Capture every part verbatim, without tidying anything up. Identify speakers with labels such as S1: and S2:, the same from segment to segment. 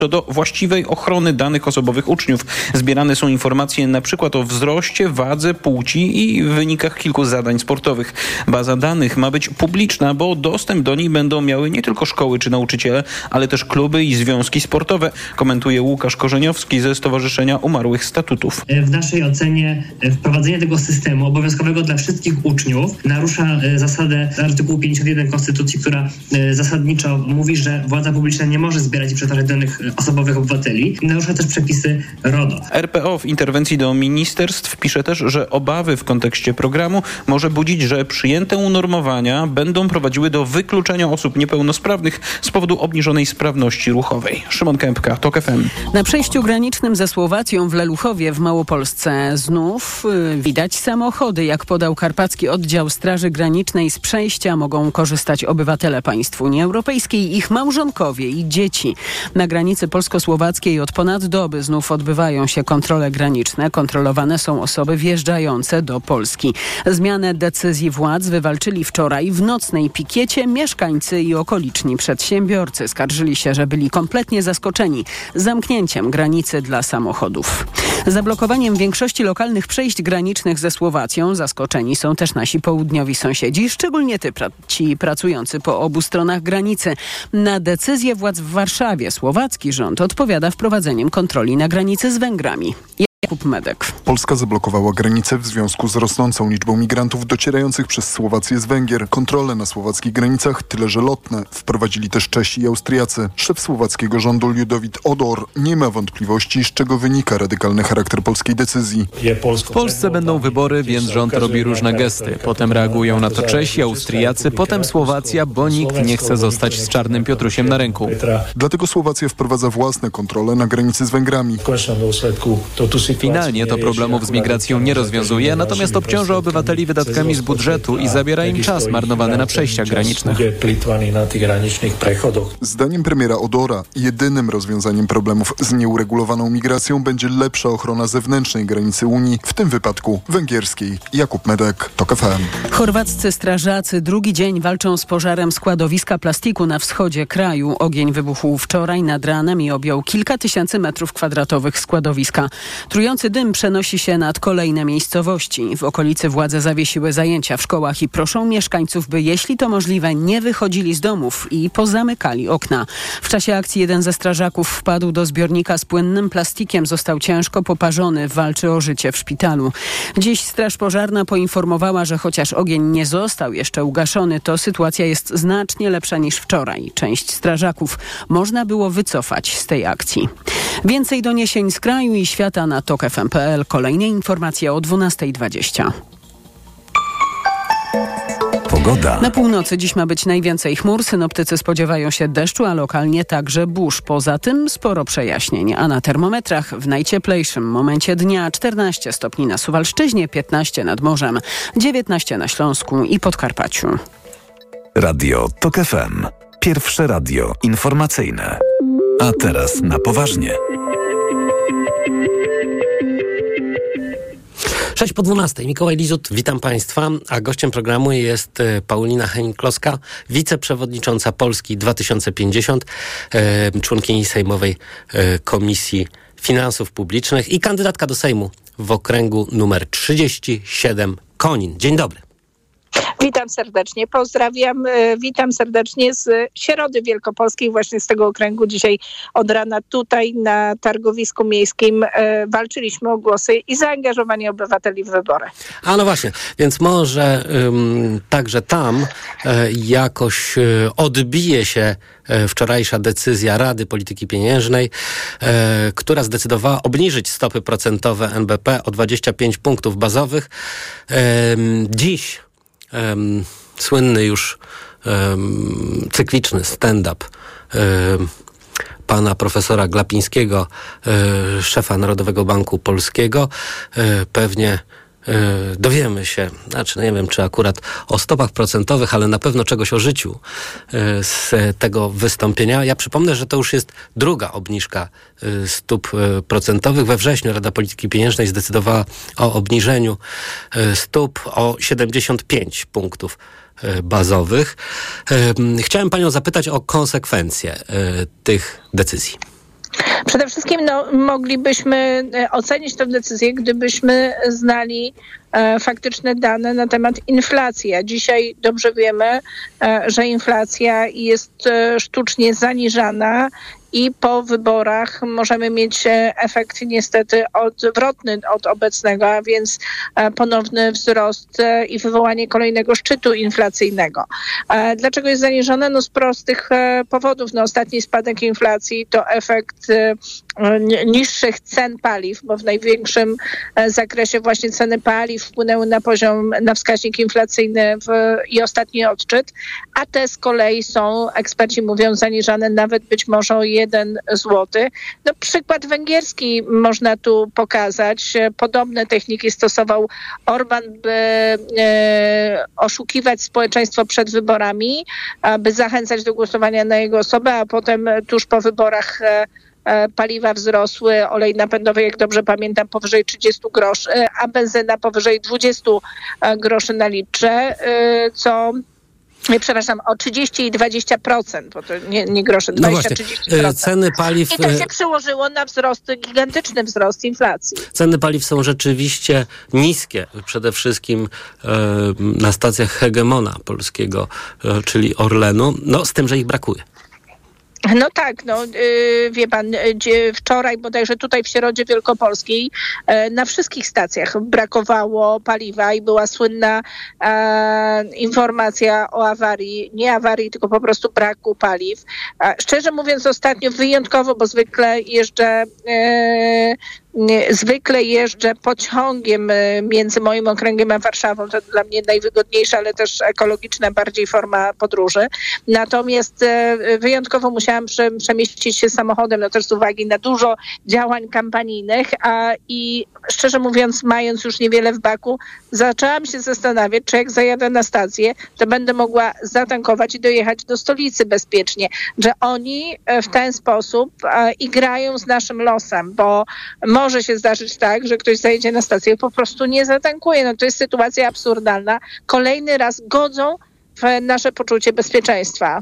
S1: Co do właściwej ochrony danych osobowych uczniów. Zbierane są informacje na przykład o wzroście, wadze, płci i wynikach kilku zadań sportowych. Baza danych ma być publiczna, bo dostęp do niej będą miały nie tylko szkoły czy nauczyciele, ale też kluby i związki sportowe, komentuje Łukasz Korzeniowski ze Stowarzyszenia Umarłych Statutów.
S2: W naszej ocenie wprowadzenie tego systemu obowiązkowego dla wszystkich uczniów narusza zasadę artykułu pięćdziesiąt jeden Konstytucji, która zasadniczo mówi, że władza publiczna nie może zbierać i przetwarzać danych osobowych obywateli. Narusza też przepisy RODO.
S1: R P O w interwencji do ministerstw pisze też, że obawy w kontekście programu może budzić, że przyjęte unormowania będą prowadziły do wykluczenia osób niepełnosprawnych z powodu obniżonej sprawności ruchowej. Szymon Kępka, TOK F M.
S3: Na przejściu granicznym ze Słowacją w Leluchowie w Małopolsce znów y, widać samochody. Jak podał Karpacki Oddział Straży Granicznej, z przejścia mogą korzystać obywatele państw Unii Europejskiej, ich małżonkowie i dzieci. Na granicy polsko-słowackiej od ponad doby znów odbywają się kontrole graniczne. Kontrolowane są osoby wjeżdżające do Polski. Zmianę decyzji władz wywalczyli wczoraj w nocnej pikiecie mieszkańcy i okoliczni przedsiębiorcy. Skarżyli się, że byli kompletnie zaskoczeni zamknięciem granicy dla samochodów. Zablokowaniem większości lokalnych przejść granicznych ze Słowacją zaskoczeni są też nasi południowi sąsiedzi, szczególnie ty, ci pracujący po obu stronach granicy. Na decyzję władz w Warszawie słowacki rząd odpowiada wprowadzeniem kontroli na granicy z Węgrami. Jakub Medek.
S4: Polska zablokowała granicę w związku z rosnącą liczbą migrantów docierających przez Słowację z Węgier. Kontrole na słowackich granicach, tyle że lotne, wprowadzili też Czesi i Austriacy. Szef słowackiego rządu Ludovít Odor nie ma wątpliwości, z czego wynika radykalny charakter polskiej decyzji.
S5: W Polsce będą wybory, więc rząd robi różne gesty. Potem reagują na to Czesi, Austriacy, potem Słowacja, bo nikt nie chce zostać z czarnym Piotrusiem na ręku.
S4: Dlatego Słowacja wprowadza własne kontrole na granicy z Węgrami.
S5: Finalnie to problemów z migracją nie rozwiązuje, natomiast obciąża obywateli wydatkami z budżetu i zabiera im czas marnowany na przejściach granicznych.
S4: Zdaniem premiera Odora jedynym rozwiązaniem problemów z nieuregulowaną migracją będzie lepsza ochrona zewnętrznej granicy Unii, w tym wypadku węgierskiej. Jakub Medek, TOK F M.
S3: Chorwaccy strażacy drugi dzień walczą z pożarem składowiska plastiku na wschodzie kraju. Ogień wybuchł wczoraj nad ranem i objął kilka tysięcy metrów kwadratowych składowiska. Trujący dym przenosi się nad kolejne miejscowości. W okolicy władze zawiesiły zajęcia w szkołach i proszą mieszkańców, by jeśli to możliwe, nie wychodzili z domów i pozamykali okna. W czasie akcji jeden ze strażaków wpadł do zbiornika z płynnym plastikiem. Został ciężko poparzony. Walczy o życie w szpitalu. Dziś Straż Pożarna poinformowała, że chociaż ogień nie został jeszcze ugaszony, to sytuacja jest znacznie lepsza niż wczoraj. Część strażaków można było wycofać z tej akcji. Więcej doniesień z kraju i świata na tok f m kropka p l. Kolejne informacje o dwunasta dwadzieścia.
S6: Pogoda.
S3: Na północy dziś ma być najwięcej chmur. Synoptycy spodziewają się deszczu, a lokalnie także burz. Poza tym sporo przejaśnień. A na termometrach w najcieplejszym momencie dnia czternaście stopni na Suwalszczyźnie, piętnaście nad morzem, dziewiętnaście na Śląsku i Podkarpaciu.
S6: Radio TOK F M. Pierwsze radio informacyjne. A teraz na poważnie.
S7: Sześć po dwunastej. Mikołaj Lizut, witam Państwa, a gościem programu jest Paulina Henning-Kloska, wiceprzewodnicząca Polski dwa tysiące pięćdziesiąt, e, członkini Sejmowej e, Komisji Finansów Publicznych i kandydatka do Sejmu w okręgu numer trzydzieści siedem Konin. Dzień dobry.
S8: Witam serdecznie, pozdrawiam, witam serdecznie z Środy Wielkopolskiej, właśnie z tego okręgu. Dzisiaj od rana tutaj na targowisku miejskim e, walczyliśmy o głosy i zaangażowanie obywateli w wybory.
S7: A no właśnie, więc może ym, także tam e, jakoś e, odbije się e, wczorajsza decyzja Rady Polityki Pieniężnej, e, która zdecydowała obniżyć stopy procentowe N B P o dwadzieścia pięć punktów bazowych. E, dziś Um, słynny już um, cykliczny stand-up um, pana profesora Glapińskiego, um, szefa Narodowego Banku Polskiego. Um, pewnie um, dowiemy się, znaczy no nie wiem, czy akurat o stopach procentowych, ale na pewno czegoś o życiu um, z tego wystąpienia. Ja przypomnę, że to już jest druga obniżka um, stóp um, procentowych. We wrześniu Rada Polityki Pieniężnej zdecydowała o obniżeniu um, stóp o siedemdziesiąt pięć punktów bazowych. Chciałem Panią zapytać o konsekwencje tych decyzji.
S8: Przede wszystkim no, moglibyśmy ocenić tę decyzję, gdybyśmy znali e, faktyczne dane na temat inflacji. A dzisiaj dobrze wiemy, e, że inflacja jest e, sztucznie zaniżana i po wyborach możemy mieć efekt niestety odwrotny od obecnego, a więc ponowny wzrost i wywołanie kolejnego szczytu inflacyjnego. Dlaczego jest zaniżone? No z prostych powodów. No ostatni spadek inflacji to efekt niższych cen paliw, bo w największym zakresie właśnie ceny paliw wpłynęły na poziom, na wskaźnik inflacyjny w, i ostatni odczyt, a te z kolei są, eksperci mówią, zaniżane nawet być może o jeden złoty. No, przykład węgierski można tu pokazać. Podobne techniki stosował Orban, by e, oszukiwać społeczeństwo przed wyborami, aby zachęcać do głosowania na jego osobę, a potem tuż po wyborach e, paliwa wzrosły, olej napędowy, jak dobrze pamiętam, powyżej trzydzieści groszy, a benzyna powyżej dwadzieścia groszy na litrze, co przepraszam, o trzydzieści i dwadzieścia procent, bo to nie, nie grosze, dwadzieścia trzydzieści procent.
S7: Ceny paliw...
S8: I to się przełożyło na wzrost, gigantyczny wzrost inflacji.
S7: Ceny paliw są rzeczywiście niskie, przede wszystkim e, na stacjach hegemona polskiego, e, czyli Orlenu, no z tym, że ich brakuje.
S8: No tak, no yy, wie pan, yy, wczoraj bodajże tutaj w Środzie Wielkopolskiej yy, na wszystkich stacjach brakowało paliwa i była słynna yy, informacja o awarii, nie awarii, tylko po prostu braku paliw. Yy, szczerze mówiąc ostatnio wyjątkowo, bo zwykle jeżdżę yy, Zwykle jeżdżę pociągiem między moim okręgiem a Warszawą. To dla mnie najwygodniejsza, ale też ekologiczna bardziej forma podróży. Natomiast wyjątkowo musiałam przemieścić się samochodem, no też z uwagi na dużo działań kampanijnych, a i szczerze mówiąc, mając już niewiele w baku, zaczęłam się zastanawiać, czy jak zajadę na stację, to będę mogła zatankować i dojechać do stolicy bezpiecznie. Że oni w ten sposób igrają z naszym losem, bo może się zdarzyć tak, że ktoś zajedzie na stację i po prostu nie zatankuje. No to jest sytuacja absurdalna. Kolejny raz godzą w nasze poczucie bezpieczeństwa.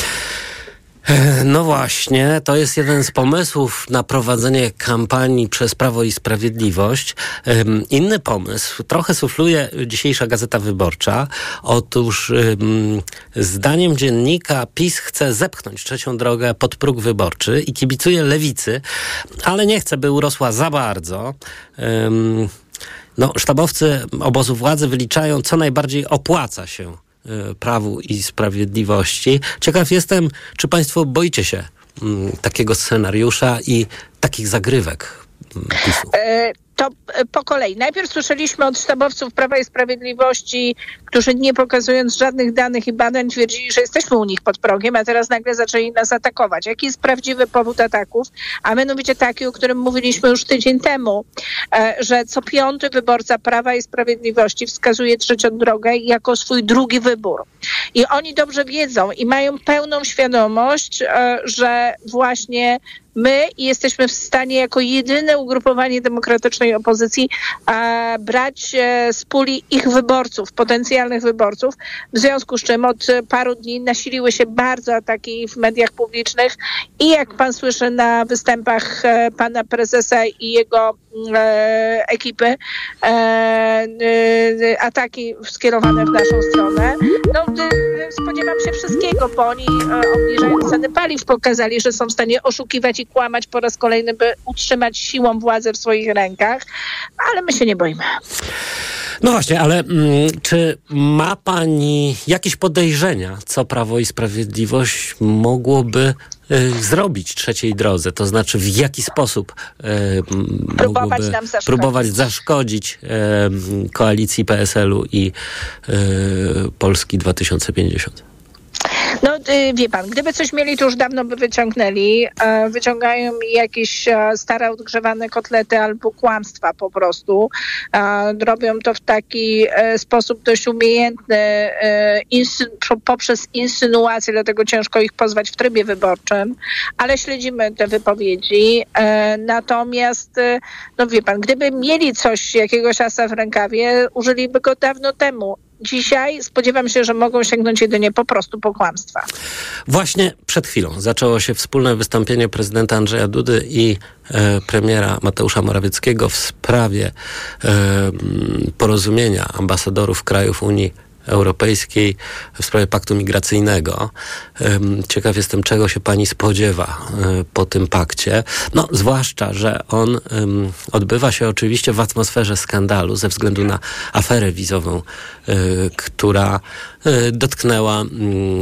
S7: No właśnie, to jest jeden z pomysłów na prowadzenie kampanii przez Prawo i Sprawiedliwość. Inny pomysł, trochę sufluje dzisiejsza Gazeta Wyborcza. Otóż zdaniem dziennika PiS chce zepchnąć trzecią drogę pod próg wyborczy i kibicuje lewicy, ale nie chce, by urosła za bardzo. No, sztabowcy obozu władzy wyliczają, co najbardziej opłaca się Prawu i Sprawiedliwości. Ciekaw jestem, czy państwo boicie się m, takiego scenariusza i takich zagrywek PiS-u?
S8: E, to po kolei. Najpierw słyszeliśmy od sztabowców Prawa i Sprawiedliwości, którzy nie pokazując żadnych danych i badań twierdzili, że jesteśmy u nich pod progiem, a teraz nagle zaczęli nas atakować. Jaki jest prawdziwy powód ataków? A mianowicie taki, o którym mówiliśmy już tydzień temu, że co piąty wyborca Prawa i Sprawiedliwości wskazuje trzecią drogę jako swój drugi wybór. I oni dobrze wiedzą i mają pełną świadomość, że właśnie my jesteśmy w stanie jako jedyne ugrupowanie demokratycznej opozycji a, brać e, z puli ich wyborców, potencjalnych wyborców, w związku z czym od paru dni nasiliły się bardzo ataki w mediach publicznych i jak pan słyszy na występach e, pana prezesa i jego e, ekipy, e, e, ataki skierowane w naszą stronę. No, e, spodziewam się wszystkiego, bo oni e, obniżając ceny paliw pokazali, że są w stanie oszukiwać i kłamać po raz kolejny, by utrzymać siłą władzę w swoich rękach, ale my się nie boimy.
S7: No właśnie, ale mm, czy ma pani jakieś podejrzenia, co Prawo i Sprawiedliwość mogłoby y, zrobić trzeciej drodze? To znaczy, w jaki sposób y,
S8: próbować
S7: mogłoby
S8: nam zaszkodzić.
S7: próbować zaszkodzić y, koalicji P S L u i y, Polski dwa tysiące pięćdziesiąt?
S8: No wie pan, gdyby coś mieli, to już dawno by wyciągnęli. Wyciągają jakieś stare odgrzewane kotlety albo kłamstwa po prostu. Robią to w taki sposób dość umiejętny poprzez insynuacje, dlatego ciężko ich pozwać w trybie wyborczym, ale śledzimy te wypowiedzi. Natomiast, no wie pan, gdyby mieli coś, jakiegoś asa w rękawie, użyliby go dawno temu. Dzisiaj spodziewam się, że mogą sięgnąć jedynie po prostu po kłamstwa.
S7: Właśnie przed chwilą zaczęło się wspólne wystąpienie prezydenta Andrzeja Dudy i e, premiera Mateusza Morawieckiego w sprawie e, porozumienia ambasadorów krajów Unii Europejskiej w sprawie paktu migracyjnego. Ciekaw jestem, czego się pani spodziewa po tym pakcie. No, zwłaszcza, że on um, odbywa się oczywiście w atmosferze skandalu ze względu na aferę wizową, y, która y, dotknęła y,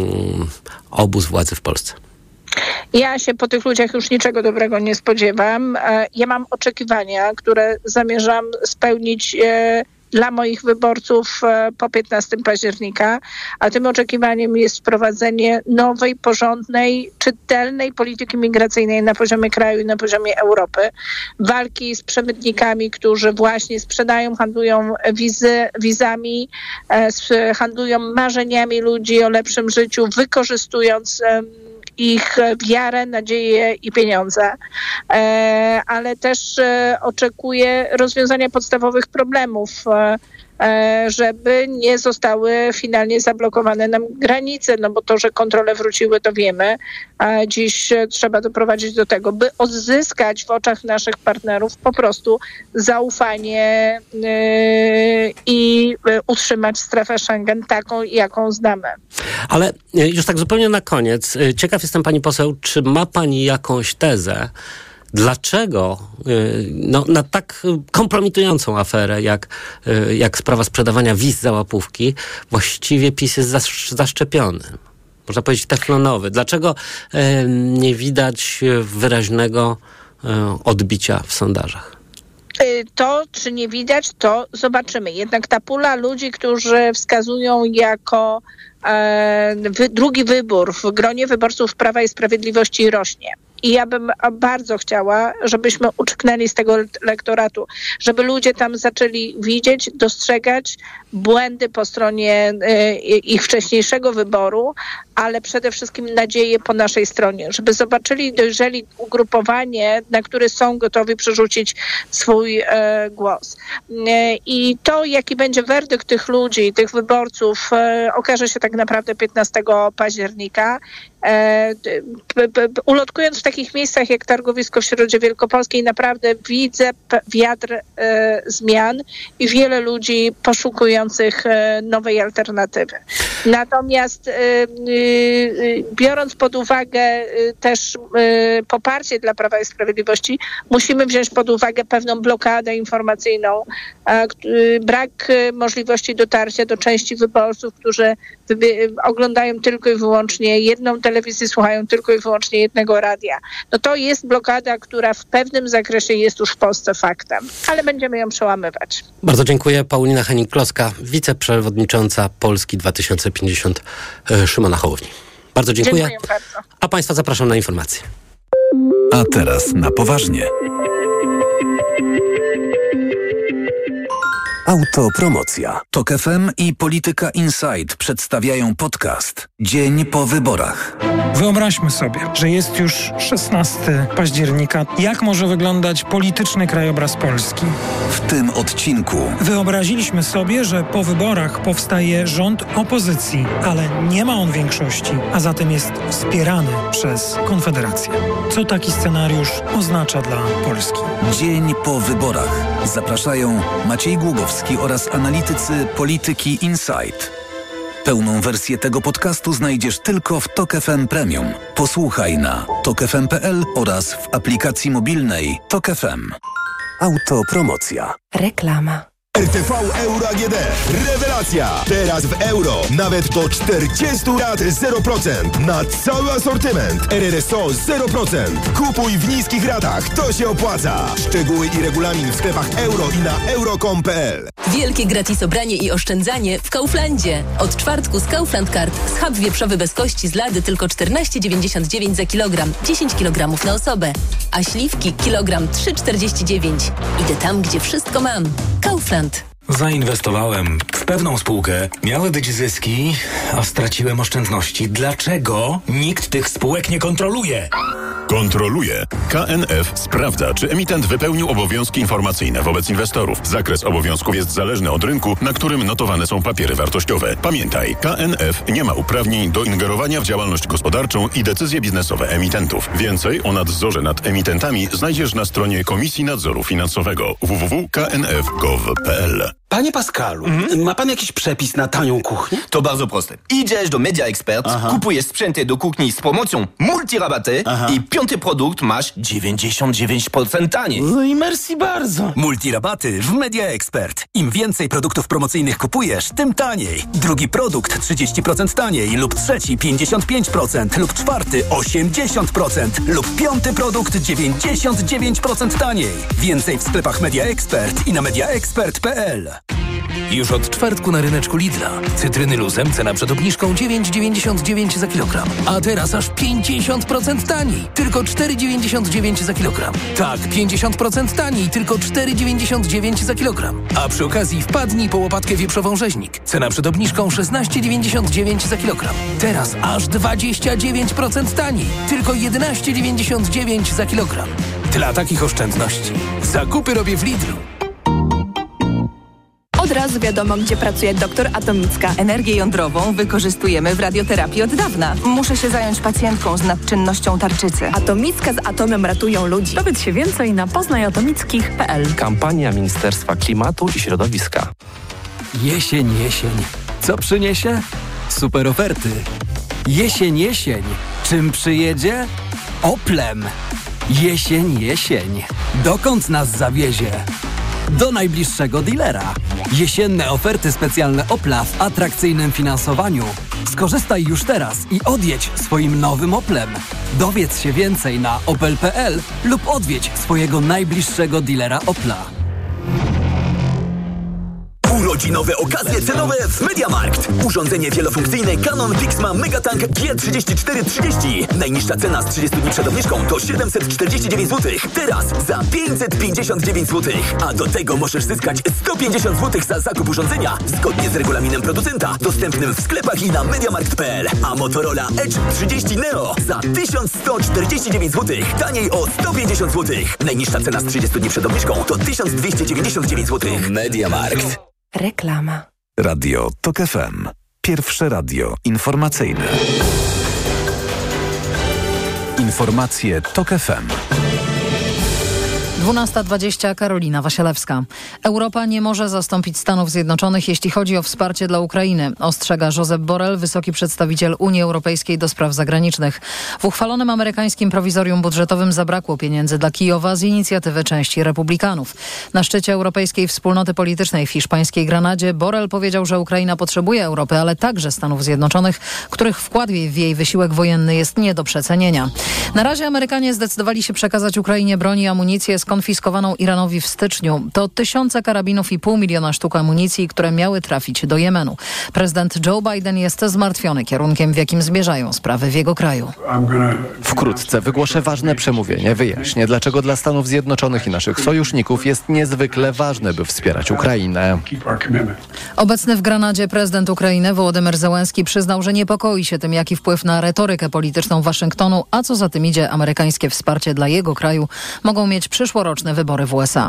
S7: obóz władzy w Polsce.
S8: Ja się po tych ludziach już niczego dobrego nie spodziewam. Ja mam oczekiwania, które zamierzam spełnić dla moich wyborców po piętnastego października, a tym oczekiwaniem jest wprowadzenie nowej, porządnej, czytelnej polityki migracyjnej na poziomie kraju i na poziomie Europy. Walki z przemytnikami, którzy właśnie sprzedają, handlują wizy, wizami, handlują marzeniami ludzi o lepszym życiu, wykorzystując ich wiarę, nadzieję i pieniądze, e, ale też e, oczekuję rozwiązania podstawowych problemów, e, żeby nie zostały finalnie zablokowane nam granice, no bo to, że kontrole wróciły, to wiemy, a dziś trzeba doprowadzić do tego, by odzyskać w oczach naszych partnerów po prostu zaufanie e, i utrzymać strefę Schengen taką, jaką znamy.
S7: Ale już tak zupełnie na koniec, ciekaw jestem, pani poseł, czy ma pani jakąś tezę, dlaczego no, na tak kompromitującą aferę, jak, jak sprawa sprzedawania wiz za łapówki, właściwie PiS jest zaszczepiony? Można powiedzieć teflonowy. Dlaczego nie widać wyraźnego odbicia w sondażach?
S8: To, czy nie widać, to zobaczymy. Jednak ta pula ludzi, którzy wskazują jako e, wy, drugi wybór w gronie wyborców Prawa i Sprawiedliwości rośnie. I ja bym bardzo chciała, żebyśmy uczknęli z tego lektoratu, żeby ludzie tam zaczęli widzieć, dostrzegać błędy po stronie y, ich wcześniejszego wyboru, ale przede wszystkim nadzieję po naszej stronie, żeby zobaczyli, dojrzeli ugrupowanie, na które są gotowi przerzucić swój y, głos. Y, I to, jaki będzie werdykt tych ludzi, tych wyborców, y, okaże się tak naprawdę piętnastego października. E, p, p, ulotkując w takich miejscach jak targowisko w Środzie Wielkopolskiej, naprawdę widzę p- wiatr e, zmian i wiele ludzi poszukujących e, nowej alternatywy. Natomiast e, e, biorąc pod uwagę e, też e, poparcie dla Prawa i Sprawiedliwości, musimy wziąć pod uwagę pewną blokadę informacyjną, e, e, brak e, możliwości dotarcia do części wyborców, którzy wybi- oglądają tylko i wyłącznie jedną telewizję, słuchają tylko i wyłącznie jednego radia. No to jest blokada, która w pewnym zakresie jest już w Polsce faktem, ale będziemy ją przełamywać.
S7: Bardzo dziękuję. Paulina Hennig-Kloska, wiceprzewodnicząca Polski dwa tysiące pięćdziesiąt, Szymona Hołowni. Bardzo dziękuję.
S8: Dziękuję bardzo.
S7: A państwa zapraszam na informacje.
S6: A teraz na poważnie. Autopromocja. Tok F M i Polityka Insight przedstawiają podcast Dzień po wyborach.
S9: Wyobraźmy sobie, że jest już szesnastego października. Jak może wyglądać polityczny krajobraz Polski?
S6: W tym odcinku
S9: Wyobraziliśmy sobie, że po wyborach powstaje rząd opozycji, ale nie ma on większości, a zatem jest wspierany przez Konfederację. Co taki scenariusz oznacza dla Polski?
S6: Dzień po wyborach. Zapraszają Maciej Głogowski oraz analitycy Polityki Insight. Pełną wersję tego podcastu znajdziesz tylko w Tok F M Premium. Posłuchaj na tok f m kropka p l oraz w aplikacji mobilnej Tok F M. Autopromocja.
S10: Reklama.
S11: R T V Euro A G D. Rewelacja! Teraz w euro nawet do czterdzieści lat zero procent na cały asortyment. R R S O zero procent. Kupuj w niskich ratach, to się opłaca. Szczegóły i regulamin w sklepach euro i na euro kropka com kropka p l.
S10: Wielkie gratis obranie i oszczędzanie w Kauflandzie. Od czwartku z Kaufland Card schab wieprzowy bez kości z lady tylko czternaście dziewięćdziesiąt dziewięć za kilogram, dziesięć kilogramów na osobę. A śliwki kilogram trzy czterdzieści dziewięć. Idę tam, gdzie wszystko mam. Kaufland.
S12: Zainwestowałem w pewną spółkę. Miały być zyski, a straciłem oszczędności. Dlaczego nikt tych spółek nie kontroluje?
S13: Kontroluje. K N F sprawdza, czy emitent wypełnił obowiązki informacyjne wobec inwestorów. Zakres obowiązków jest zależny od rynku, na którym notowane są papiery wartościowe. Pamiętaj, K N F nie ma uprawnień do ingerowania w działalność gospodarczą i decyzje biznesowe emitentów. Więcej o nadzorze nad emitentami znajdziesz na stronie Komisji Nadzoru Finansowego w w w kropka k n f kropka gov kropka p l.
S14: Panie Pascalu, mm? ma pan jakiś przepis na tanią kuchnię?
S15: To bardzo proste. Idziesz do Media Expert, Aha. kupujesz sprzęty do kuchni z promocją multirabaty Aha. i piąty produkt masz dziewięćdziesiąt dziewięć procent taniej.
S14: No i merci bardzo.
S16: Multirabaty w Media Expert. Im więcej produktów promocyjnych kupujesz, tym taniej. Drugi produkt trzydzieści procent taniej lub trzeci pięćdziesiąt pięć procent lub czwarty osiemdziesiąt procent lub piąty produkt dziewięćdziesiąt dziewięć procent taniej. Więcej w sklepach Media Expert i na media expert kropka p l.
S17: Już od czwartku na ryneczku Lidla. Cytryny luzem, cena przed obniżką dziewięć dziewięćdziesiąt dziewięć za kilogram. A teraz aż pięćdziesiąt procent taniej. Tylko cztery dziewięćdziesiąt dziewięć za kilogram. Tak, pięćdziesiąt procent taniej. Tylko cztery dziewięćdziesiąt dziewięć za kilogram. A przy okazji wpadnij po łopatkę wieprzową rzeźnik. Cena przed obniżką szesnaście dziewięćdziesiąt dziewięć za kilogram. Teraz aż dwadzieścia dziewięć procent taniej. Tylko jedenaście dziewięćdziesiąt dziewięć za kilogram. Dla takich oszczędności zakupy robię w Lidlu.
S18: Od razu wiadomo, gdzie pracuje doktor Atomicka.
S19: Energię jądrową wykorzystujemy w radioterapii od dawna. Muszę się zająć pacjentką z nadczynnością tarczycy.
S18: Atomicka z atomem ratują ludzi.
S20: Dowiedz się więcej na poznajatomickich kropka p l.
S21: Kampania Ministerstwa Klimatu i Środowiska.
S22: Jesień, jesień. Co przyniesie? Super oferty. Jesień, jesień. Czym przyjedzie? Oplem. Jesień, jesień. Dokąd nas zawiezie? Do najbliższego dealera. Jesienne oferty specjalne Opla w atrakcyjnym finansowaniu. Skorzystaj już teraz i odjedź swoim nowym Oplem. Dowiedz się więcej na opel kropka p l lub odwiedź swojego najbliższego dealera Opla.
S23: Urodzinowe okazje cenowe w MediaMarkt. Urządzenie wielofunkcyjne Canon Vixma Megatank G trzydzieści cztery trzydzieści. Najniższa cena z trzydziestu dni przed obniżką to siedemset czterdzieści dziewięć złotych. Teraz za pięćset pięćdziesiąt dziewięć złotych. A do tego możesz zyskać sto pięćdziesiąt złotych za zakup urządzenia zgodnie z regulaminem producenta, dostępnym w sklepach i na mediamarkt kropka p l. A Motorola Edge trzydzieści Neo za tysiąc sto czterdzieści dziewięć złotych. Taniej o sto pięćdziesiąt złotych. Najniższa cena z trzydziestu dni przed obniżką to tysiąc dwieście dziewięćdziesiąt dziewięć złotych. MediaMarkt.
S19: Reklama.
S6: Radio TOK F M. Pierwsze radio informacyjne. Informacje TOK F M.
S24: dwunasta dwadzieścia, Karolina Wasielewska. Europa nie może zastąpić Stanów Zjednoczonych, jeśli chodzi o wsparcie dla Ukrainy, ostrzega Josep Borrell, wysoki przedstawiciel Unii Europejskiej do spraw zagranicznych. W uchwalonym amerykańskim prowizorium budżetowym zabrakło pieniędzy dla Kijowa z inicjatywy części republikanów. Na szczycie Europejskiej Wspólnoty Politycznej w hiszpańskiej Granadzie Borrell powiedział, że Ukraina potrzebuje Europy, ale także Stanów Zjednoczonych, których wkład w jej wysiłek wojenny jest nie do przecenienia. Na razie Amerykanie zdecydowali się przekazać Ukrainie broń i amunicję z skonfiskowaną Iranowi w styczniu. To tysiące karabinów i pół miliona sztuk amunicji, które miały trafić do Jemenu. Prezydent Joe Biden jest zmartwiony kierunkiem, w jakim zmierzają sprawy w jego kraju.
S25: Wkrótce wygłoszę ważne przemówienie. Wyjaśnię, dlaczego dla Stanów Zjednoczonych i naszych sojuszników jest niezwykle ważne, by wspierać Ukrainę.
S24: Obecny w Granadzie prezydent Ukrainy Wołodymyr Zełenski przyznał, że niepokoi się tym, jaki wpływ na retorykę polityczną Waszyngtonu, a co za tym idzie, amerykańskie wsparcie dla jego kraju mogą mieć przyszłoroczne wybory w U S A.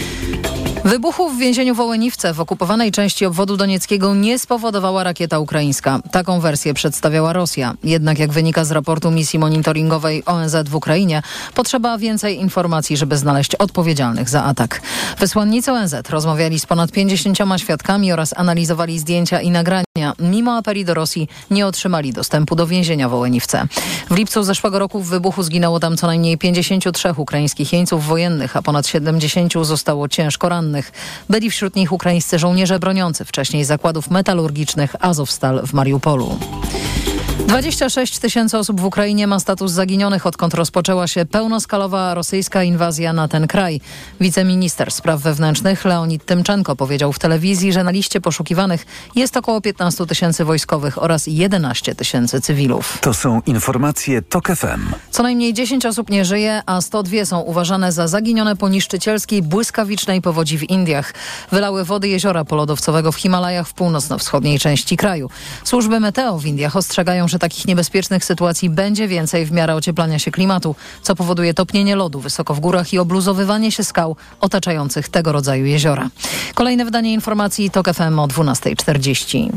S24: Wybuchu w więzieniu w Ołeniwce w okupowanej części obwodu donieckiego nie spowodowała rakieta ukraińska. Taką wersję przedstawiała Rosja. Jednak jak wynika z raportu misji monitoringowej O N Z w Ukrainie, potrzeba więcej informacji, żeby znaleźć odpowiedzialnych za atak. Wysłannicy O N Z rozmawiali z ponad pięćdziesięcioma świadkami oraz analizowali zdjęcia i nagrania. Mimo apeli do Rosji nie otrzymali dostępu do więzienia w Ołeniwce. W lipcu zeszłego roku w wybuchu zginęło tam co najmniej pięćdziesięciu trzech ukraińskich jeńców wojennych, a ponad siedemdziesięciu zostało ciężko rannych. Byli wśród nich ukraińscy żołnierze broniący wcześniej zakładów metalurgicznych Azowstal w Mariupolu. dwadzieścia sześć tysięcy osób w Ukrainie ma status zaginionych, odkąd rozpoczęła się pełnoskalowa rosyjska inwazja na ten kraj. Wiceminister spraw wewnętrznych Leonid Tymczenko powiedział w telewizji, że na liście poszukiwanych jest około piętnaście tysięcy wojskowych oraz jedenaście tysięcy cywilów.
S6: To są informacje TOK F M.
S24: Co najmniej dziesięć osób nie żyje, a sto dwa są uważane za zaginione po niszczycielskiej błyskawicznej powodzi w Indiach. Wylały wody jeziora polodowcowego w Himalajach w północno-wschodniej części kraju. Służby meteo w Indiach ostrzegają, że takich niebezpiecznych sytuacji będzie więcej w miarę ocieplania się klimatu, co powoduje topnienie lodu wysoko w górach i obluzowywanie się skał otaczających tego rodzaju jeziora. Kolejne wydanie informacji TOK F M o dwunasta czterdzieści.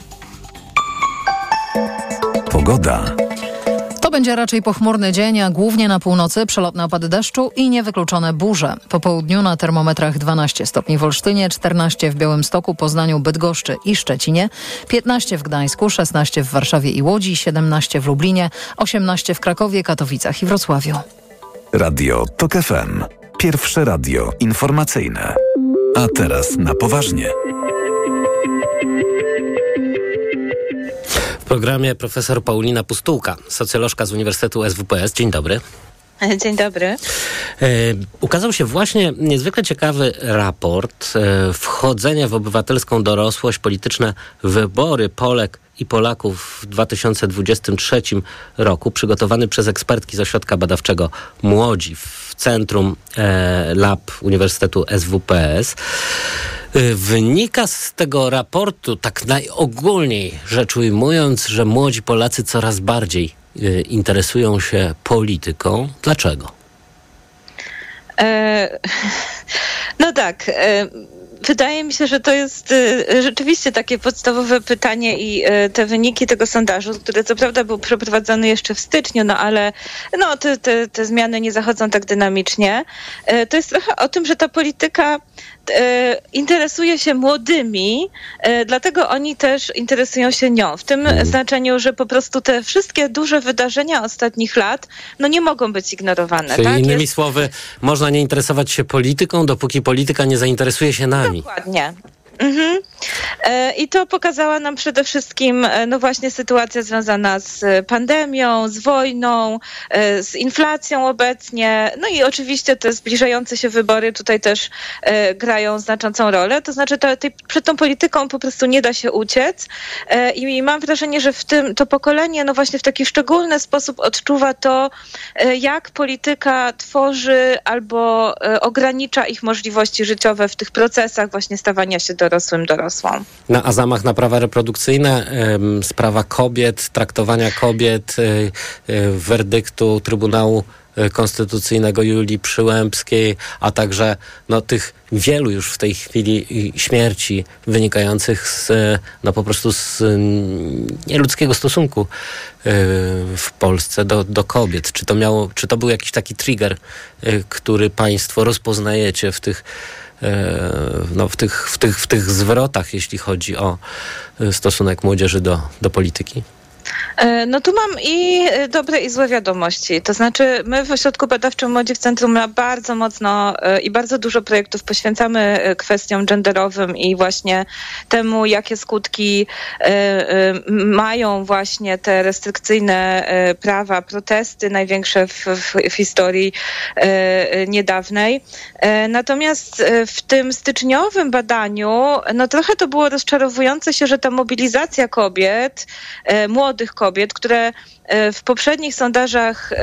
S6: Pogoda.
S24: To będzie raczej pochmurny dzień, a głównie na północy przelotne opady deszczu i niewykluczone burze. Po południu na termometrach dwanaście stopni w Olsztynie, czternaście w Białymstoku, Poznaniu, Bydgoszczy i Szczecinie, piętnaście w Gdańsku, szesnaście w Warszawie i Łodzi, siedemnaście w Lublinie, osiemnaście w Krakowie, Katowicach i Wrocławiu.
S6: Radio TOK F M. Pierwsze radio informacyjne. A teraz na poważnie.
S7: W programie profesor Paulina Pustułka, socjolożka z Uniwersytetu S W P S. Dzień dobry.
S1: Dzień dobry.
S7: E, ukazał się właśnie niezwykle ciekawy raport e, Wchodzenie w obywatelską dorosłość, polityczne wybory Polek i Polaków w dwa tysiące dwudziestym trzecim roku, przygotowany przez ekspertki z Ośrodka Badawczego Młodzi w Centrum e, Lab Uniwersytetu S W P S. Wynika z tego raportu, tak najogólniej rzecz ujmując, że młodzi Polacy coraz bardziej y, interesują się polityką. Dlaczego?
S1: E, no tak. E, wydaje mi się, że to jest e, rzeczywiście takie podstawowe pytanie i e, te wyniki tego sondażu, który co prawda był przeprowadzony jeszcze w styczniu, no ale no, te, te, te zmiany nie zachodzą tak dynamicznie. E, to jest trochę o tym, że ta polityka E, interesuje się młodymi, e, dlatego oni też interesują się nią. W tym mm. znaczeniu, że po prostu te wszystkie duże wydarzenia ostatnich lat no nie mogą być ignorowane.
S7: Czyli
S1: tak?
S7: innymi
S1: Jest...
S7: słowy, można nie interesować się polityką, dopóki polityka nie zainteresuje się nami.
S1: Dokładnie. Mhm. E, I to pokazała nam przede wszystkim e, no właśnie sytuacja związana z pandemią, z wojną, e, z inflacją obecnie, no i oczywiście te zbliżające się wybory tutaj też e, grają znaczącą rolę, to znaczy to, tej, przed tą polityką po prostu nie da się uciec e, i mam wrażenie, że w tym to pokolenie no właśnie w taki szczególny sposób odczuwa to, e, jak polityka tworzy albo e, ogranicza ich możliwości życiowe w tych procesach właśnie stawania się dorosłym, dorosłą.
S7: No, a zamach na prawa reprodukcyjne, ym, sprawa kobiet, traktowania kobiet, y, y, werdyktu Trybunału Konstytucyjnego Julii Przyłębskiej, a także no, tych wielu już w tej chwili śmierci wynikających z, no po prostu z nieludzkiego stosunku y, w Polsce do, do kobiet. Czy to miało, czy to był jakiś taki trigger, y, który państwo rozpoznajecie w tych No, w, tych, w, tych, w tych zwrotach, jeśli chodzi o stosunek młodzieży do, do polityki?
S1: No tu mam i dobre i złe wiadomości. To znaczy my w Ośrodku Badawczym Młodzi w Centrum Lab bardzo mocno i bardzo dużo projektów poświęcamy kwestiom genderowym i właśnie temu, jakie skutki mają właśnie te restrykcyjne prawa, protesty największe w, w, w historii niedawnej. Natomiast w tym styczniowym badaniu no trochę to było rozczarowujące się, że ta mobilizacja kobiet, młodych kobiet, które w poprzednich sondażach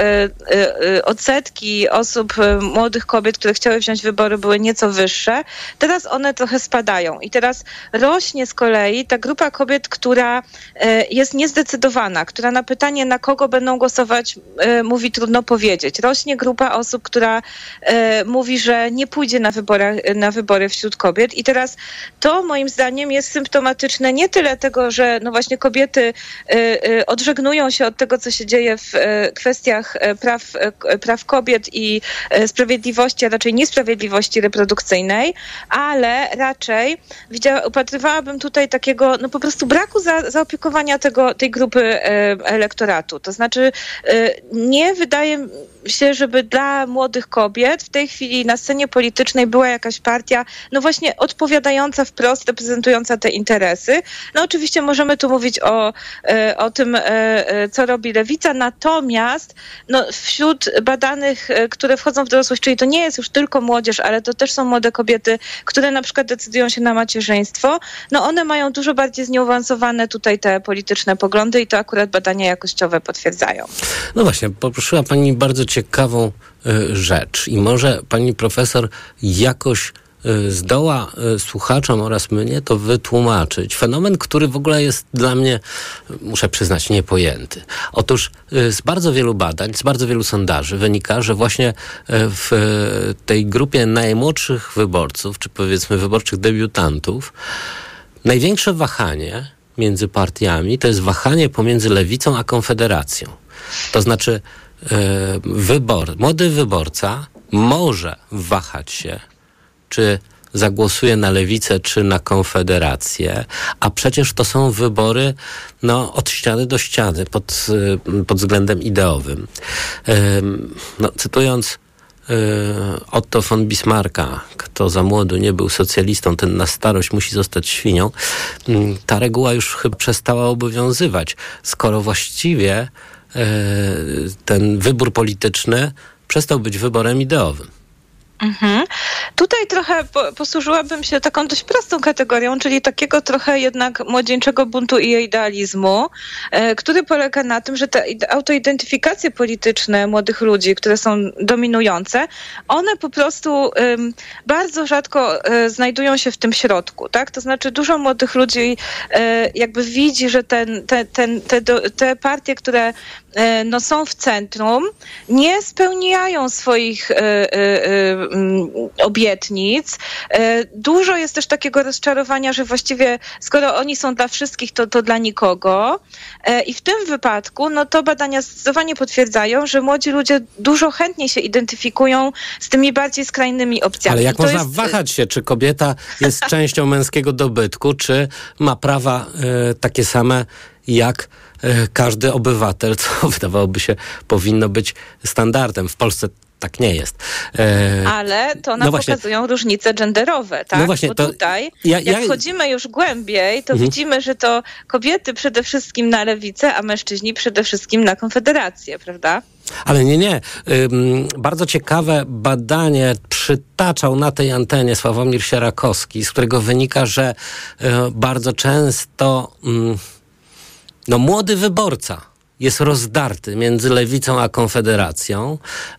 S1: odsetki osób, młodych kobiet, które chciały wziąć wybory, były nieco wyższe. Teraz one trochę spadają i teraz rośnie z kolei ta grupa kobiet, która jest niezdecydowana, która na pytanie, na kogo będą głosować, mówi trudno powiedzieć. Rośnie grupa osób, która mówi, że nie pójdzie na, wyborach, na wybory wśród kobiet i teraz to moim zdaniem jest symptomatyczne nie tyle tego, że no właśnie kobiety odżegnują się od tego, co się dzieje w kwestiach praw, praw kobiet i sprawiedliwości, a raczej niesprawiedliwości reprodukcyjnej, ale raczej widziała, upatrywałabym tutaj takiego no po prostu braku za, zaopiekowania tego, tej grupy elektoratu. To znaczy nie wydaje się, żeby dla młodych kobiet w tej chwili na scenie politycznej była jakaś partia, no właśnie odpowiadająca wprost, reprezentująca te interesy. No oczywiście możemy tu mówić o, o tym, co robi lewica, natomiast no, wśród badanych, które wchodzą w dorosłość, czyli to nie jest już tylko młodzież, ale to też są młode kobiety, które na przykład decydują się na macierzyństwo, no one mają dużo bardziej zniuansowane tutaj te polityczne poglądy i to akurat badania jakościowe potwierdzają.
S7: No właśnie, poruszyła Pani bardzo ciekawą y, rzecz i może Pani profesor jakoś zdoła słuchaczom oraz mnie to wytłumaczyć. Fenomen, który w ogóle jest dla mnie, muszę przyznać, niepojęty. Otóż z bardzo wielu badań, z bardzo wielu sondaży wynika, że właśnie w tej grupie najmłodszych wyborców, czy powiedzmy wyborczych debiutantów, największe wahanie między partiami to jest wahanie pomiędzy Lewicą a Konfederacją. To znaczy wybor, młody wyborca może wahać się, czy zagłosuje na Lewicę, czy na Konfederację, a przecież to są wybory no, od ściany do ściany pod, pod względem ideowym. No, cytując Otto von Bismarcka, kto za młodu nie był socjalistą, ten na starość musi zostać świnią, ta reguła już chyba przestała obowiązywać, skoro właściwie ten wybór polityczny przestał być wyborem ideowym.
S1: Mhm. Tutaj trochę po, posłużyłabym się taką dość prostą kategorią, czyli takiego trochę jednak młodzieńczego buntu i idealizmu, e, który polega na tym, że te autoidentyfikacje polityczne młodych ludzi, które są dominujące, one po prostu ym, bardzo rzadko y, znajdują się w tym środku, tak? To znaczy dużo młodych ludzi y, jakby widzi, że ten, te, ten, te, do, te partie, które y, no, są w centrum, nie spełniają swoich y, y, y, obietnic. Dużo jest też takiego rozczarowania, że właściwie skoro oni są dla wszystkich, to, to dla nikogo. I w tym wypadku, no to badania zdecydowanie potwierdzają, że młodzi ludzie dużo chętniej się identyfikują z tymi bardziej skrajnymi opcjami.
S7: Ale jak
S1: to
S7: można
S1: jest...
S7: wahać się, czy kobieta jest częścią męskiego dobytku, czy ma prawa y, takie same jak y, każdy obywatel, co wydawałoby się powinno być standardem. W Polsce tak nie jest. E...
S1: Ale to nam no pokazują różnice genderowe, tak?
S7: No właśnie,
S1: Bo
S7: to
S1: tutaj,
S7: ja,
S1: jak
S7: ja...
S1: wchodzimy już głębiej, to mhm. widzimy, że to kobiety przede wszystkim na lewicę, a mężczyźni przede wszystkim na Konfederację, prawda?
S7: Ale nie, nie. Ym, bardzo ciekawe badanie przytaczał na tej antenie Sławomir Sierakowski, z którego wynika, że y, bardzo często y, no, młody wyborca jest rozdarty między Lewicą a Konfederacją,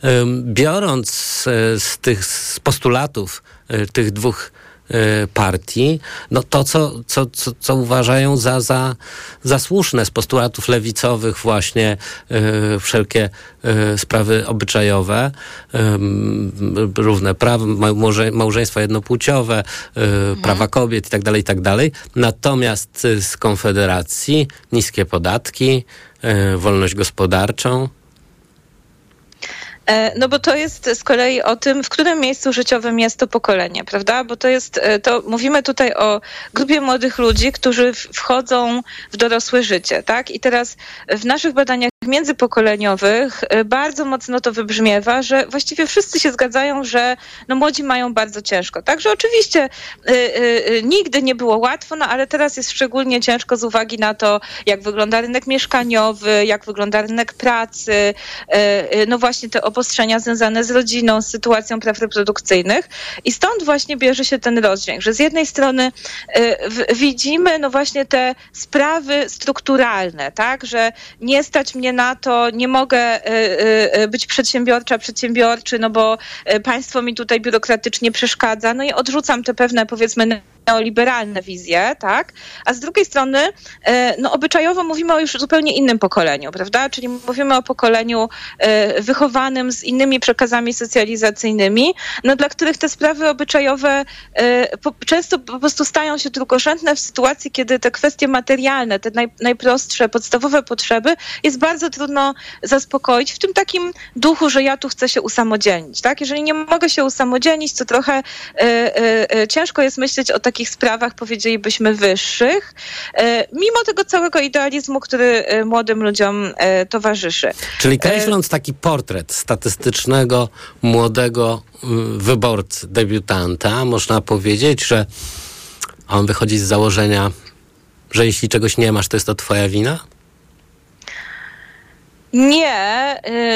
S7: biorąc z tych z postulatów tych dwóch partii, no to, co, co, co, co uważają za, za, za słuszne z postulatów lewicowych właśnie y, wszelkie y, sprawy obyczajowe, y, równe prawa, małże, małżeństwa jednopłciowe, y, mhm. prawa kobiet i tak dalej, i tak dalej. Natomiast z Konfederacji niskie podatki, y, wolność gospodarczą.
S1: No bo to jest z kolei o tym, w którym miejscu życiowym jest to pokolenie, prawda? Bo to jest, to mówimy tutaj o grupie młodych ludzi, którzy wchodzą w dorosłe życie, tak? I teraz w naszych badaniach międzypokoleniowych bardzo mocno to wybrzmiewa, że właściwie wszyscy się zgadzają, że no młodzi mają bardzo ciężko. Także oczywiście y, y, nigdy nie było łatwo, no ale teraz jest szczególnie ciężko z uwagi na to, jak wygląda rynek mieszkaniowy, jak wygląda rynek pracy, y, y, no właśnie te obostrzenia związane z rodziną, z sytuacją praw reprodukcyjnych. I stąd właśnie bierze się ten rozdźwięk, że z jednej strony y, w, widzimy no właśnie te sprawy strukturalne, tak, że nie stać mnie na to, nie mogę y, y, być przedsiębiorcza, przedsiębiorczy, no bo y, państwo mi tutaj biurokratycznie przeszkadza, no i odrzucam te pewne, powiedzmy, neoliberalne wizje, tak? A z drugiej strony, no obyczajowo mówimy o już zupełnie innym pokoleniu, prawda? Czyli mówimy o pokoleniu wychowanym z innymi przekazami socjalizacyjnymi, no dla których te sprawy obyczajowe często po prostu stają się drugorzędne w sytuacji, kiedy te kwestie materialne, te naj, najprostsze, podstawowe potrzeby jest bardzo trudno zaspokoić w tym takim duchu, że ja tu chcę się usamodzielnić, tak? Jeżeli nie mogę się usamodzielnić, to trochę ciężko jest myśleć o takich sprawach, powiedzielibyśmy, wyższych, mimo tego całego idealizmu, który młodym ludziom towarzyszy.
S7: Czyli kreśląc taki portret statystycznego, młodego wyborcy, debiutanta, można powiedzieć, że on wychodzi z założenia, że jeśli czegoś nie masz, to jest to twoja wina?
S1: Nie,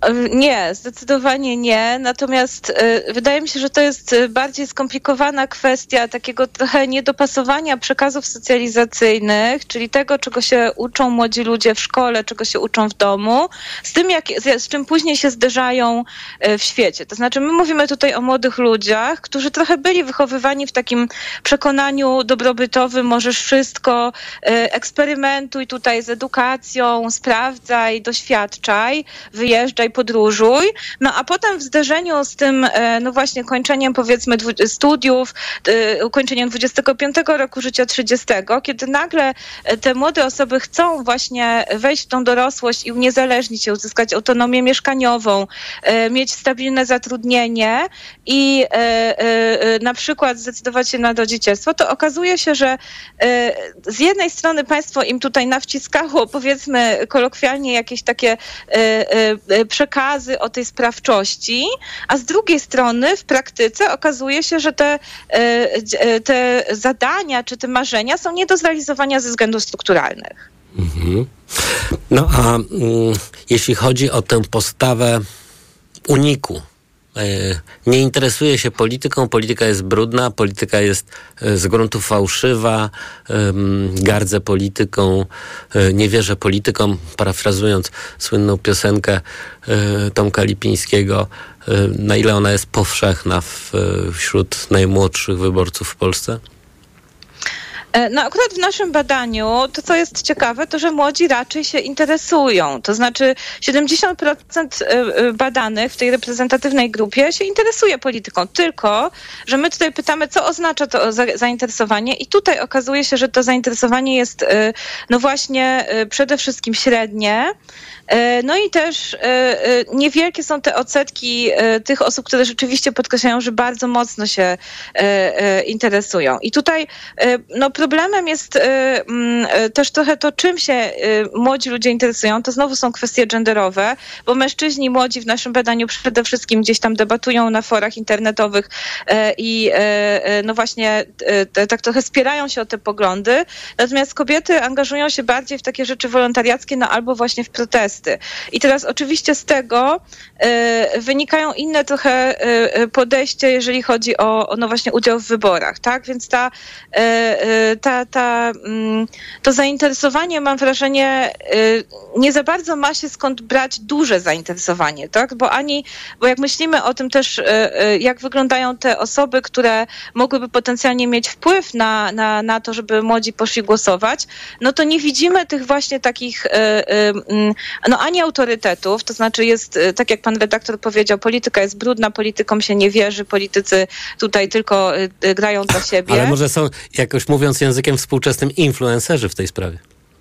S1: Nie, zdecydowanie nie. Natomiast y, wydaje mi się, że to jest bardziej skomplikowana kwestia takiego trochę niedopasowania przekazów socjalizacyjnych, czyli tego, czego się uczą młodzi ludzie w szkole, czego się uczą w domu, z tym, jak, z, z czym później się zderzają y, w świecie. To znaczy, my mówimy tutaj o młodych ludziach, którzy trochę byli wychowywani w takim przekonaniu dobrobytowym, możesz wszystko, y, eksperymentuj tutaj z edukacją, sprawdzaj, doświadczaj, wyjeżdżaj, podróżuj, no a potem w zderzeniu z tym, no właśnie kończeniem powiedzmy studiów, ukończeniem dwudziestego piątego roku życia, trzydziestego, kiedy nagle te młode osoby chcą właśnie wejść w tą dorosłość i uniezależnić się, uzyskać autonomię mieszkaniową, mieć stabilne zatrudnienie i na przykład zdecydować się na rodzicielstwo, to okazuje się, że z jednej strony państwo im tutaj nawciskało, powiedzmy kolokwialnie, jakieś takie przekazy o tej sprawczości, a z drugiej strony w praktyce okazuje się, że te, te zadania czy te marzenia są nie do zrealizowania ze względów strukturalnych.
S7: Mhm. No a mm, jeśli chodzi o tę postawę uniku, nie interesuje się polityką, polityka jest brudna, polityka jest z gruntu fałszywa, gardzę polityką, nie wierzę politykom, parafrazując słynną piosenkę Tomka Lipińskiego, na ile ona jest powszechna w, wśród najmłodszych wyborców w Polsce?
S1: No akurat w naszym badaniu to, co jest ciekawe, to, że młodzi raczej się interesują. To znaczy siedemdziesiąt procent badanych w tej reprezentatywnej grupie się interesuje polityką. Tylko, że my tutaj pytamy, co oznacza to zainteresowanie i tutaj okazuje się, że to zainteresowanie jest no właśnie przede wszystkim średnie. No i też niewielkie są te odsetki tych osób, które rzeczywiście podkreślają, że bardzo mocno się interesują. I tutaj no, problemem jest też trochę to, czym się młodzi ludzie interesują. To znowu są kwestie genderowe, bo mężczyźni młodzi w naszym badaniu przede wszystkim gdzieś tam debatują na forach internetowych i no właśnie tak trochę spierają się o te poglądy. Natomiast kobiety angażują się bardziej w takie rzeczy wolontariackie, no albo właśnie w protesty. I teraz oczywiście z tego y, wynikają inne trochę y, podejście, jeżeli chodzi o, o no właśnie udział w wyborach, tak? Więc ta, y, ta, ta, y, to zainteresowanie, mam wrażenie, y, nie za bardzo ma się skąd brać duże zainteresowanie, tak? Bo ani, bo jak myślimy o tym też, y, y, jak wyglądają te osoby, które mogłyby potencjalnie mieć wpływ na, na, na to, żeby młodzi poszli głosować, no to nie widzimy tych właśnie takich y, y, no ani autorytetów, to znaczy jest, tak jak pan redaktor powiedział, polityka jest brudna, politykom się nie wierzy, politycy tutaj tylko y, grają dla siebie.
S7: Ale może są, jakoś mówiąc językiem współczesnym, influencerzy w tej sprawie?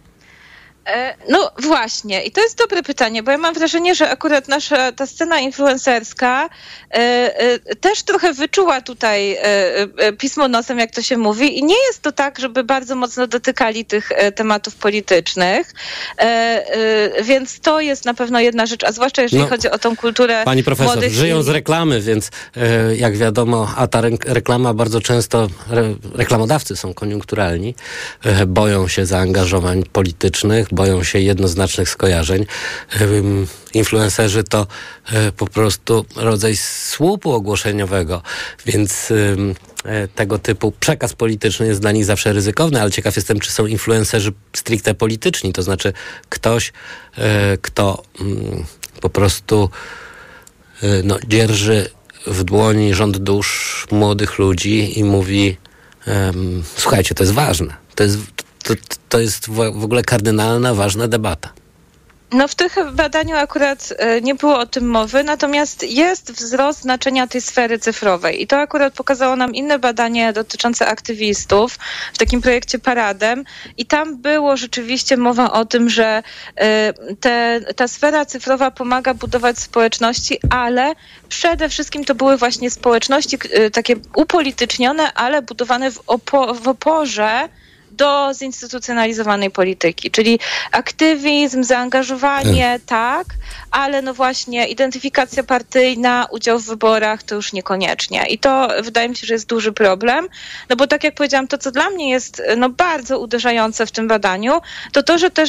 S1: No właśnie, i to jest dobre pytanie, bo ja mam wrażenie, że akurat nasza ta scena influencerska y, y, też trochę wyczuła tutaj y, y, pismo nosem, jak to się mówi, i nie jest to tak, żeby bardzo mocno dotykali tych y, tematów politycznych, y, y, więc to jest na pewno jedna rzecz, a zwłaszcza jeżeli no, chodzi o tą kulturę
S7: pani profesor,
S1: młodych
S7: żyją
S1: i...
S7: z reklamy, więc y, jak wiadomo, a ta re- reklama bardzo często, re- reklamodawcy są koniunkturalni, y, boją się zaangażowań politycznych, boją się jednoznacznych skojarzeń. Influencerzy to po prostu rodzaj słupu ogłoszeniowego, więc tego typu przekaz polityczny jest dla nich zawsze ryzykowny, ale ciekaw jestem, czy są influencerzy stricte polityczni, to znaczy ktoś, kto po prostu no, dzierży w dłoni rząd dusz młodych ludzi i mówi um, słuchajcie, to jest ważne, to jest To, to jest w ogóle kardynalna, ważna debata.
S1: No w tych badaniu akurat nie było o tym mowy, natomiast jest wzrost znaczenia tej sfery cyfrowej i to akurat pokazało nam inne badanie dotyczące aktywistów w takim projekcie Paradem i tam było rzeczywiście mowa o tym, że te, ta sfera cyfrowa pomaga budować społeczności, ale przede wszystkim to były właśnie społeczności takie upolitycznione, ale budowane w, opo- w oporze do zinstytucjonalizowanej polityki, czyli aktywizm, zaangażowanie, tak, ale no właśnie identyfikacja partyjna, udział w wyborach to już niekoniecznie. I to wydaje mi się, że jest duży problem, no bo tak jak powiedziałam, to co dla mnie jest no bardzo uderzające w tym badaniu, to to, że też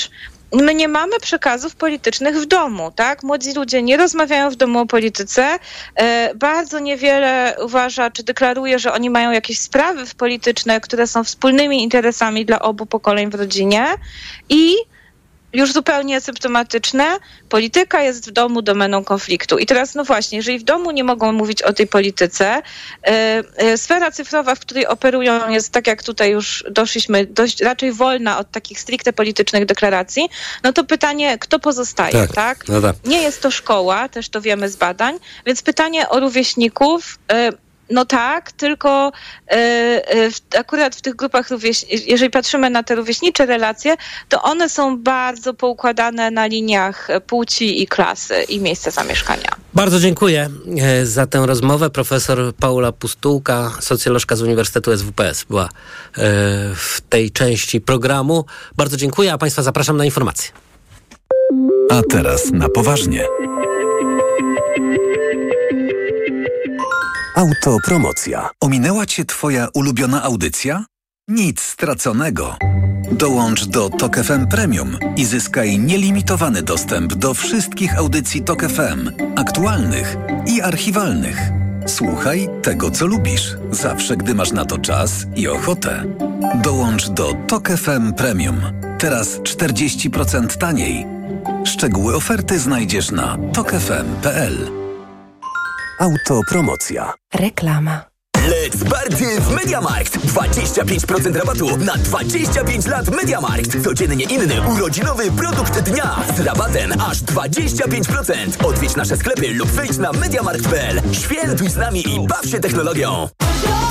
S1: my nie mamy przekazów politycznych w domu, tak? Młodzi ludzie nie rozmawiają w domu o polityce, e, bardzo niewiele uważa, czy deklaruje, że oni mają jakieś sprawy polityczne, które są wspólnymi interesami dla obu pokoleń w rodzinie i już zupełnie symptomatyczne, polityka jest w domu domeną konfliktu. I teraz, no właśnie, jeżeli w domu nie mogą mówić o tej polityce, yy, yy, sfera cyfrowa, w której operują, jest, tak jak tutaj już doszliśmy, dość raczej wolna od takich stricte politycznych deklaracji, no to pytanie, kto pozostaje, tak? tak?
S7: No tak.
S1: Nie jest to szkoła, też to wiemy z badań, więc pytanie o rówieśników, yy, no tak, tylko y, y, akurat w tych grupach, rówieś- jeżeli patrzymy na te rówieśnicze relacje, to one są bardzo poukładane na liniach płci i klasy i miejsca zamieszkania.
S7: Bardzo dziękuję za tę rozmowę. Profesor Paula Pustułka, socjolożka z Uniwersytetu S W P S, była y, w tej części programu. Bardzo dziękuję, a Państwa zapraszam na informacje.
S6: A teraz na poważnie. Autopromocja. Ominęła Cię Twoja ulubiona audycja? Nic straconego. Dołącz do Tok F M Premium i zyskaj nielimitowany dostęp do wszystkich audycji Tok F M, aktualnych i archiwalnych. Słuchaj tego, co lubisz, zawsze, gdy masz na to czas i ochotę. Dołącz do Tok F M Premium. Teraz czterdzieści procent taniej. Szczegóły oferty znajdziesz na tok f m kropka p l. Autopromocja.
S23: Reklama. Let's party w MediaMarkt! dwadzieścia pięć procent rabatu na dwadzieścia pięć lat MediaMarkt. Codziennie inny urodzinowy produkt dnia z rabatem aż dwadzieścia pięć procent. Odwiedź nasze sklepy lub wejdź na mediamarkt kropka p l. Świętuj z nami i baw się technologią.